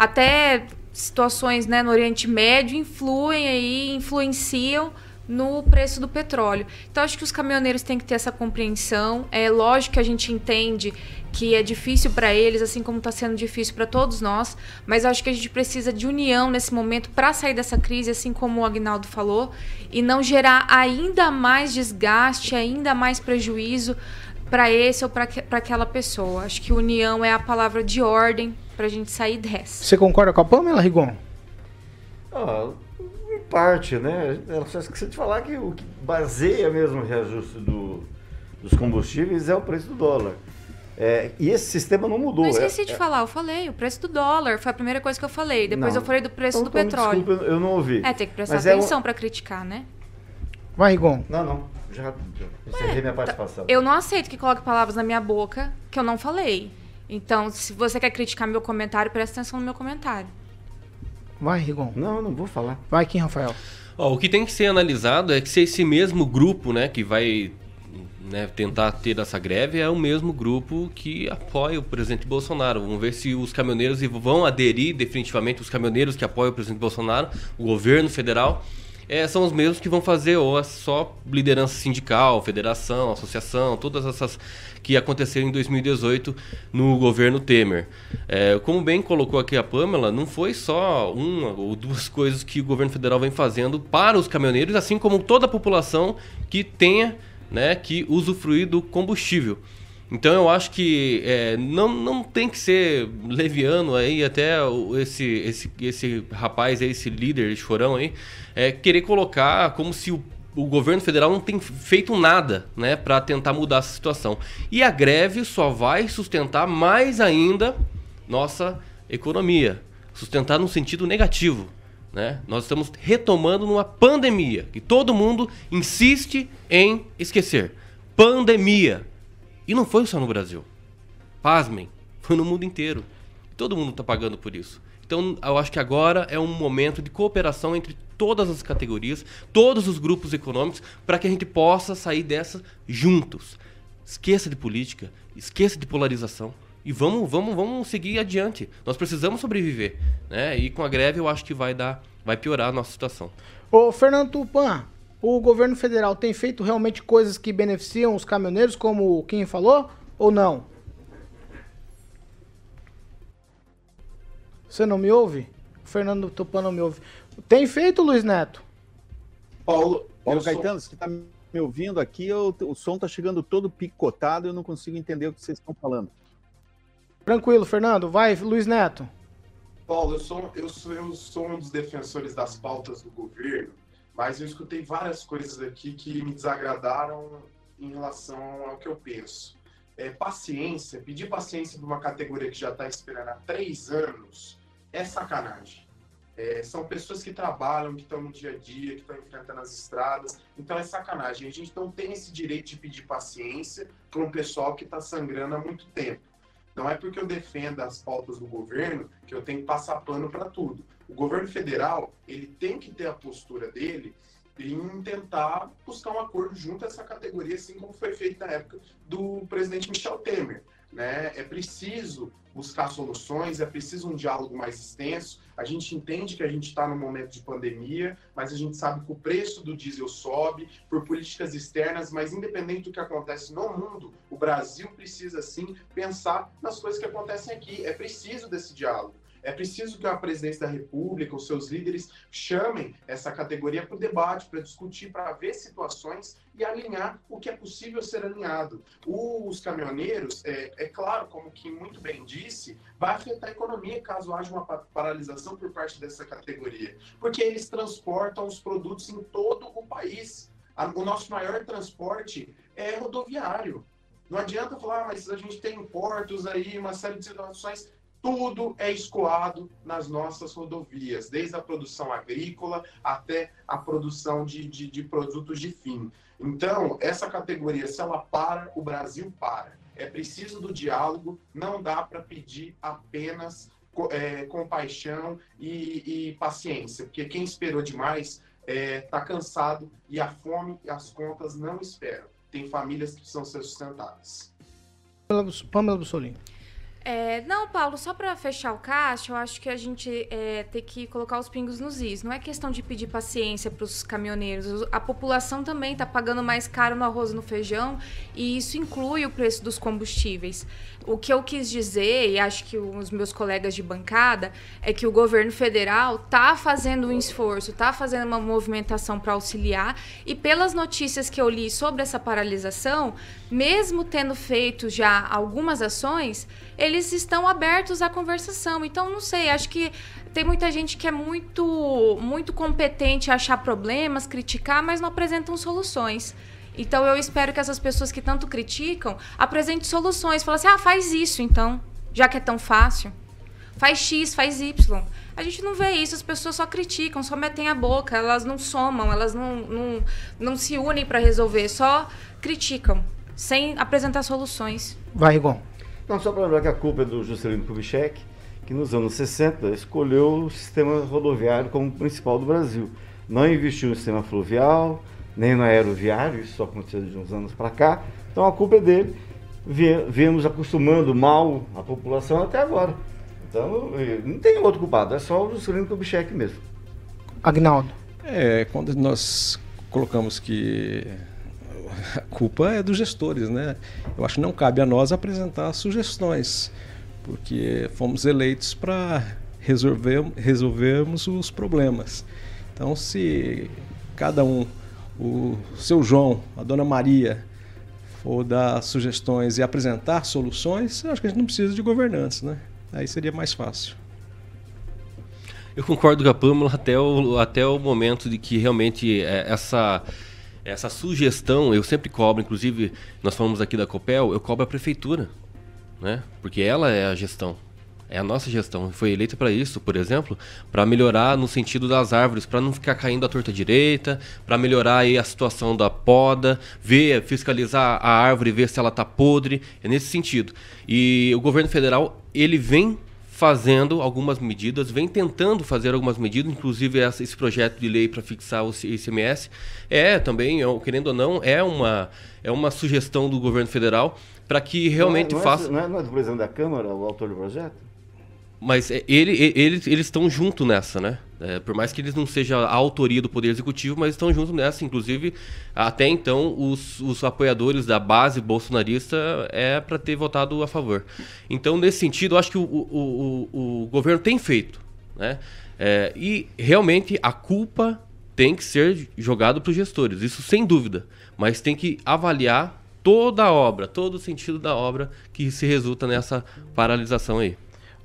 até situações, né, no Oriente Médio influem aí, influenciam no preço do petróleo. Então, acho que os caminhoneiros têm que ter essa compreensão. É lógico que a gente entende que é difícil para eles, assim como está sendo difícil para todos nós, mas acho que a gente precisa de união nesse momento para sair dessa crise, assim como o Agnaldo falou, e não gerar ainda mais desgaste, ainda mais prejuízo para esse ou para aquela pessoa. Acho que união é a palavra de ordem para a gente sair dessa. Você concorda com a Pamela, Rigon? Ah, em parte, né? Eu só esqueci de falar que o que baseia mesmo o reajuste do, dos combustíveis é o preço do dólar. É, e esse sistema não mudou. Não esqueci é, de é... falar, eu falei, o preço do dólar foi a primeira coisa que eu falei. Depois não. eu falei do preço então, do então, petróleo. Desculpa, eu não ouvi. É, tem que prestar Mas atenção é um... para criticar, né? Vai, Rigon. Não, não. Já encerrei minha participação. Eu não aceito que coloque palavras na minha boca que eu não falei. Então, se você quer criticar meu comentário, presta atenção no meu comentário. Vai, Rigon. Não, não vou falar. Vai, Kim Rafael. Ó, o que tem que ser analisado é que se esse mesmo grupo, né, que vai, né, tentar ter essa greve é o mesmo grupo que apoia o presidente Bolsonaro. Vamos ver se os caminhoneiros vão aderir definitivamente, os caminhoneiros que apoiam o presidente Bolsonaro, o governo federal, é, são os mesmos que vão fazer ou só liderança sindical, federação, associação, todas essas que aconteceram em dois mil e dezoito no governo Temer. É, como bem colocou aqui a Pamela, não foi só uma ou duas coisas que o governo federal vem fazendo para os caminhoneiros, assim como toda a população que tenha, né, que usufruir do combustível. Então eu acho que é, não, não tem que ser leviano aí, até esse, esse, esse rapaz aí, esse líder chorão aí, é, querer colocar como se o, o governo federal não tem feito nada, né, para tentar mudar essa situação. E a greve só vai sustentar mais ainda nossa economia, sustentar no sentido negativo. Né? Nós estamos retomando numa pandemia que todo mundo insiste em esquecer. Pandemia. E não foi só no Brasil. Pasmem, foi no mundo inteiro. Todo mundo está pagando por isso. Então, eu acho que agora é um momento de cooperação entre todas as categorias, todos os grupos econômicos, para que a gente possa sair dessa juntos. Esqueça de política, esqueça de polarização e vamos, vamos, vamos seguir adiante. Nós precisamos sobreviver, né? E com a greve eu acho que vai dar, vai piorar a nossa situação. Ô, Fernando Tupan, o governo federal tem feito realmente coisas que beneficiam os caminhoneiros, como o Kim falou, ou não? Você não me ouve? O Fernando Tupan não me ouve. Tem feito, Luiz Neto? Paulo, Paulo Caetano, sou... você está me ouvindo aqui, eu, o som está chegando todo picotado e eu não consigo entender o que vocês estão falando. Tranquilo, Fernando. Vai, Luiz Neto. Paulo, eu sou, eu, sou, eu sou um dos defensores das pautas do governo, mas eu escutei várias coisas aqui que me desagradaram em relação ao que eu penso. É, paciência, pedir paciência para uma categoria que já está esperando há três anos é sacanagem. É, são pessoas que trabalham, que estão no dia a dia, que estão enfrentando as estradas, então é sacanagem. A gente não tem esse direito de pedir paciência para um pessoal que está sangrando há muito tempo. Não é porque eu defendo as pautas do governo que eu tenho que passar pano para tudo. O governo federal, ele tem que ter a postura dele em tentar buscar um acordo junto a essa categoria, assim como foi feito na época do presidente Michel Temer. Né? É preciso buscar soluções, é preciso um diálogo mais extenso. A gente entende que a gente está num momento de pandemia, mas a gente sabe que o preço do diesel sobe por políticas externas, mas independente do que acontece no mundo, o Brasil precisa sim pensar nas coisas que acontecem aqui. É preciso desse diálogo. É preciso que a presidência da República, os seus líderes, chamem essa categoria para o debate, para discutir, para ver situações e alinhar o que é possível ser alinhado. Os caminhoneiros, é, é claro, como o Kim muito bem disse, vai afetar a economia caso haja uma paralisação por parte dessa categoria, porque eles transportam os produtos em todo o país. O nosso maior transporte é rodoviário. Não adianta falar, ah, mas a gente tem portos aí, uma série de situações. Tudo é escoado nas nossas rodovias, desde a produção agrícola até a produção de, de, de produtos de fim. Então, essa categoria, se ela para, o Brasil para. É preciso do diálogo, não dá para pedir apenas é, compaixão e, e paciência, porque quem esperou demais está é, cansado e a fome e as contas não esperam. Tem famílias que precisam ser sustentadas. Pamela Bussolini. É, não, Paulo, só para fechar o caixa, eu acho que a gente é, tem que colocar os pingos nos is. Não é questão de pedir paciência para os caminhoneiros. A população também está pagando mais caro no arroz e no feijão, e isso inclui o preço dos combustíveis. O que eu quis dizer, e acho que os meus colegas de bancada, é que o governo federal está fazendo um esforço, está fazendo uma movimentação para auxiliar, e pelas notícias que eu li sobre essa paralisação, mesmo tendo feito já algumas ações, eles estão abertos à conversação. Então, não sei, acho que tem muita gente que é muito, muito competente a achar problemas, criticar, mas não apresentam soluções. Então, eu espero que essas pessoas que tanto criticam apresentem soluções. Falam assim, ah, faz isso então, já que é tão fácil. Faz X, faz Y. A gente não vê isso, as pessoas só criticam, só metem a boca, elas não somam, elas não, não, não se unem para resolver, só criticam, sem apresentar soluções. Vai, Rigon. Não, só para lembrar que a culpa é do Juscelino Kubitschek, que nos anos sessenta escolheu o sistema rodoviário como principal do Brasil. Não investiu no sistema fluvial, nem no aeroviário, isso só aconteceu de uns anos para cá. Então a culpa é dele. Viemos acostumando mal a população até agora. Então não tem outro culpado, é só o Juscelino Kubitschek mesmo. Agnaldo. É, quando nós colocamos que a culpa é dos gestores, né? Eu acho que não cabe a nós apresentar sugestões, porque fomos eleitos para resolver, resolvermos os problemas. Então, se cada um, o seu João, a dona Maria, for dar sugestões e apresentar soluções, eu acho que a gente não precisa de governantes, né? Aí seria mais fácil. Eu concordo com a Pâmela até o, até o momento de que realmente é, essa, essa sugestão, eu sempre cobro, inclusive nós falamos aqui da Copel, eu cobro a prefeitura, né? Porque ela é a gestão, é a nossa gestão. Foi eleita para isso, por exemplo, para melhorar no sentido das árvores, para não ficar caindo à torta direita, para melhorar aí a situação da poda, ver, fiscalizar a árvore, ver se ela está podre, é nesse sentido. E o governo federal, ele vem fazendo algumas medidas, vem tentando fazer algumas medidas, inclusive esse projeto de lei para fixar o I C M S, é também, querendo ou não, é uma, é uma sugestão do governo federal para que realmente não é, não faça... É, não, é, não é do presidente da Câmara, o autor do projeto? Mas ele, ele, eles eles estão junto nessa, né? É, por mais que eles não sejam a autoria do Poder Executivo, mas estão junto nessa. Inclusive, até então, os, os apoiadores da base bolsonarista é para ter votado a favor. Então, nesse sentido, eu acho que o, o, o, o governo tem feito, né? É, e, realmente, a culpa tem que ser jogada para os gestores, isso sem dúvida. Mas tem que avaliar toda a obra, todo o sentido da obra que se resulta nessa paralisação aí.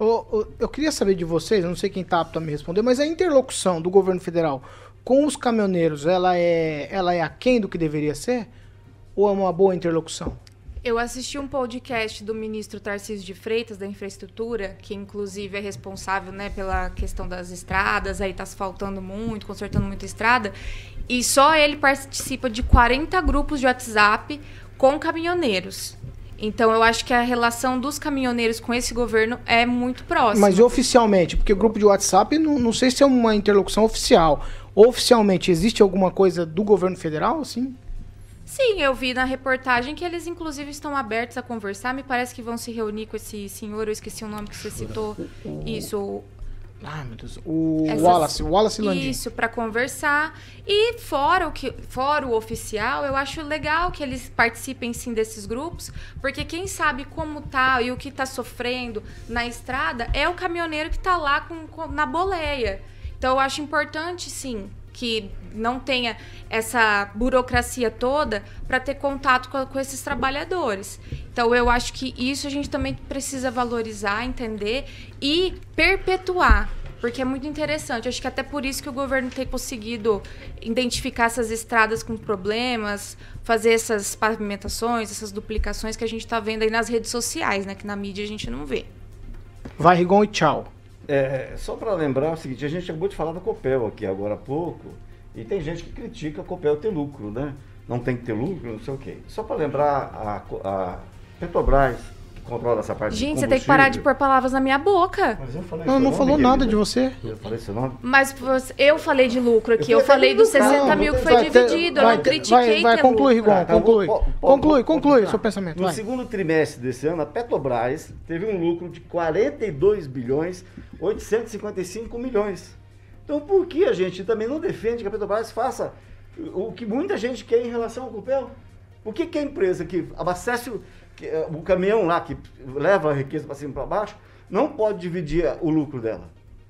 Eu queria saber de vocês, não sei quem está apto a me responder, mas a interlocução do governo federal com os caminhoneiros, ela é, ela é aquém do que deveria ser? Ou é uma boa interlocução? Eu assisti um podcast do ministro Tarcísio de Freitas, da Infraestrutura, que inclusive é responsável, né, pela questão das estradas, aí está asfaltando muito, consertando muita estrada, e só ele participa de quarenta grupos de WhatsApp com caminhoneiros. Então, eu acho que a relação dos caminhoneiros com esse governo é muito próxima. Mas oficialmente, porque o grupo de WhatsApp, não, não sei se é uma interlocução oficial. Oficialmente, existe alguma coisa do governo federal, assim? Sim, eu vi na reportagem que eles, inclusive, estão abertos a conversar. Me parece que vão se reunir com esse senhor, eu esqueci o nome que você citou. Isso, Ai, meu Deus. O Essas... Wallace, o Wallace Landim. Isso, para conversar. E fora o, que, fora o oficial, eu acho legal que eles participem sim desses grupos, porque quem sabe como tá e o que tá sofrendo na estrada é o caminhoneiro que tá lá com, com, na boleia. Então eu acho importante sim que não tenha essa burocracia toda para ter contato com, com esses trabalhadores. Então eu acho que isso a gente também precisa valorizar, entender e perpetuar, porque é muito interessante. Acho que até por isso que o governo tem conseguido identificar essas estradas com problemas, fazer essas pavimentações, essas duplicações que a gente está vendo aí nas redes sociais, né, que na mídia a gente não vê. Vai, Rigon, e tchau. É, só para lembrar o seguinte, a gente acabou de falar da Copel aqui agora há pouco, e tem gente que critica a Copel ter lucro, né? Não tem que ter lucro, não sei o quê. Só para lembrar, a, a Petrobras, que controla essa parte gente, de você tem que parar de pôr palavras na minha boca. Mas eu falei Não, não nome, falou querida. nada de você. Eu falei seu nome? Mas você- eu falei de lucro aqui, Eu eu falei dos falei do sessenta lucro. mil que Não, foi vai ter- dividido, eu vai não ter- critiquei vai- vai, ter conclui, lucro. Rigon. Tá, então conclui. vou- vou- Conclui, vou conclui continuar. seu pensamento, No vai. segundo trimestre desse ano, a Petrobras teve um lucro de quarenta e dois bilhões oitocentos e cinquenta e cinco milhões. Então, por que a gente também não defende que a Petrobras faça o que muita gente quer em relação ao Copel? Por que, que a empresa que abastece o, que, eh, o caminhão lá, que leva a riqueza para cima e para baixo, não pode dividir o lucro dela?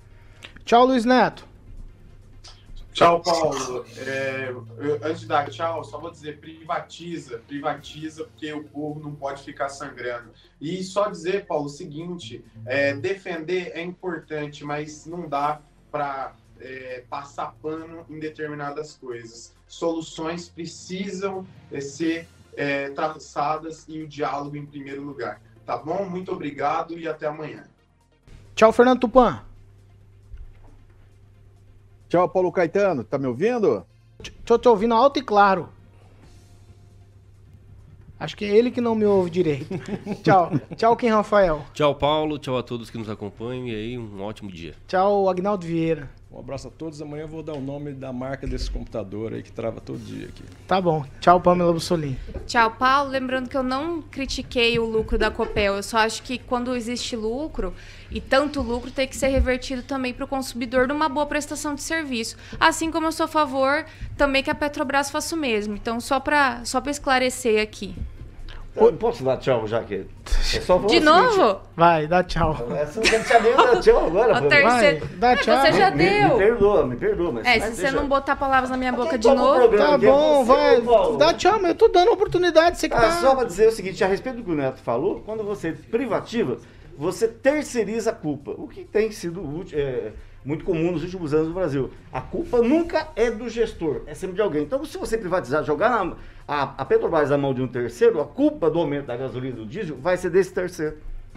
Tchau, Luiz Neto. Tchau, Paulo. É, eu- antes de dar tchau, só vou dizer, privatiza, privatiza, porque o povo não pode ficar sangrando. E só dizer, Paulo, o seguinte, é, defender é importante, mas não dá para é, passar pano em determinadas coisas. Soluções precisam é, ser é, traçadas e o diálogo em primeiro lugar. Tá bom? Muito obrigado e até amanhã. Tchau, Fernando Tupan. Tchau, Paulo Caetano. Tá me ouvindo? Tô te ouvindo alto e claro. Acho que é ele que não me ouve direito. Tchau. Tchau, Kim Rafael. Tchau, Paulo. Tchau a todos que nos acompanham e aí um ótimo dia. Tchau, Agnaldo Vieira. Um abraço a todos. Amanhã eu vou dar o nome da marca desse computador aí que trava todo dia aqui. Tá bom. Tchau, Pamela Bussolini. Tchau, Paulo. Lembrando que eu não critiquei o lucro da Copel. Eu só acho que quando existe lucro, e tanto lucro, tem que ser revertido também para o consumidor numa boa prestação de serviço. Assim como eu sou a favor também que a Petrobras faça o mesmo. Então, só para só para esclarecer aqui. Eu posso dar tchau, já que... É só De novo? Vai, dá tchau. Essa não quero nem dar tchau agora. O terceiro. Vai, dá tchau. Você já me, deu. Me perdoa, me perdoa. Mas, É, mas se você deixa- não botar palavras na minha boca de toma o novo. programa. Tá Aqui é bom, você, vai. Paulo. Dá tchau, mas eu tô dando oportunidade. Você que Ah, tá... só para dizer o seguinte, a respeito do que o Neto falou, quando você privativa, você terceiriza a culpa. O que tem sido útil, é, muito comum nos últimos anos no Brasil. A culpa nunca é do gestor, é sempre de alguém. Então, se você privatizar, jogar na, a, a Petrobras na mão de um terceiro, a culpa do aumento da gasolina e do diesel vai ser desse terceiro.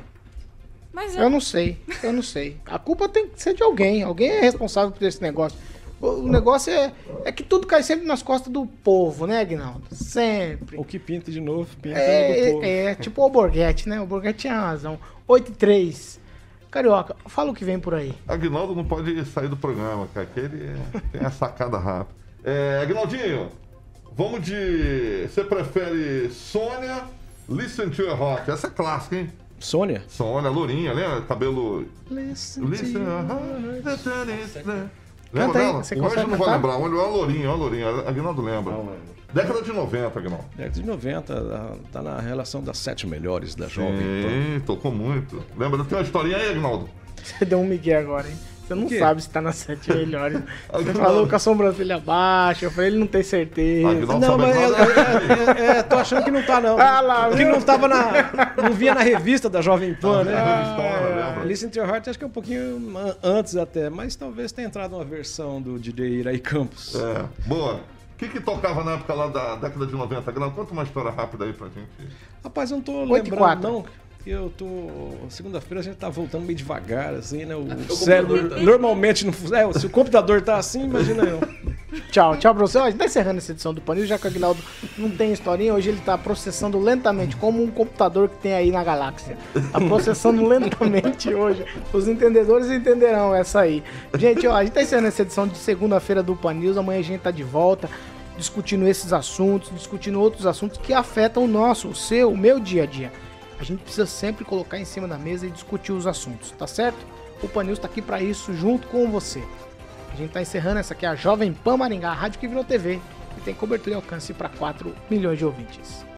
Mas Eu não sei, eu não sei. A culpa tem que ser de alguém. Alguém é responsável por esse negócio. O negócio é, é que tudo cai sempre nas costas do povo, né, Aguinaldo? Sempre. O que pinta de novo, pinta É, do povo. é, é tipo o Borghetti, né? O Borghetti tinha razão. oito e três. Carioca, fala o que vem por aí. Aguinaldo não pode sair do programa, cara, que ele é- tem a sacada rápida. É, Aguinaldinho, vamos de... Você prefere Sônia, Listen to Your Heart? Essa é clássica, hein? Sônia? Sônia, lourinha, lembra? Cabelo... Listen, Listen to Your Heart. Lembra Canta aí, dela? você O consegue Anjo não vai cantar? lembrar. Olha a lourinha, olha a lourinha. Aguinaldo lembra. Não lembro. Década de noventa, Aguinaldo. Década de noventa, ah, tá na relação das sete melhores da Jovem Pan. Sim, tocou muito. Lembra? Tem uma historinha aí, Aguinaldo? Você deu um migué agora, hein? Você não quê? sabe se tá nas sete melhores. Você Aguinaldo. falou com a sobrancelha baixa. Eu falei, ele não tem certeza. Aguinaldo Não, sabe mas nada. é, é, é, tô achando que não tá, não. Ah lá, Porque viu? não tava na. Não via na revista da Jovem Pan, né? Revistona, lembra? Listen to Your Heart acho que é um pouquinho an- antes até, mas talvez tenha entrado uma versão do D J Iraí Campos. É, boa. O que que tocava na época lá da década de noventa? Aguinaldo, conta uma história rápida aí pra gente. Rapaz, eu não tô Oito e lembrando, quatro. não. que Eu tô. Segunda-feira a gente tá voltando meio devagar, assim, né? O cérebro normalmente não. É, se o computador tá assim, imagina eu. Tchau, tchau pra você. Ó, a gente tá encerrando essa edição do Panil, já que o Aguinaldo não tem historinha. Hoje ele tá processando lentamente, como um computador que tem aí na galáxia. Tá processando lentamente hoje. Os entendedores entenderão essa aí. Gente, ó, a gente tá encerrando essa edição de segunda-feira do Pan News. Amanhã a gente tá de volta, discutindo esses assuntos, discutindo outros assuntos que afetam o nosso, o seu, o meu dia a dia. A gente precisa sempre colocar em cima da mesa e discutir os assuntos, tá certo? O Pan News tá aqui pra isso, junto com você. A gente tá encerrando, essa aqui é a Jovem Pan Maringá, a rádio que virou T V, e tem cobertura e alcance para quatro milhões de ouvintes.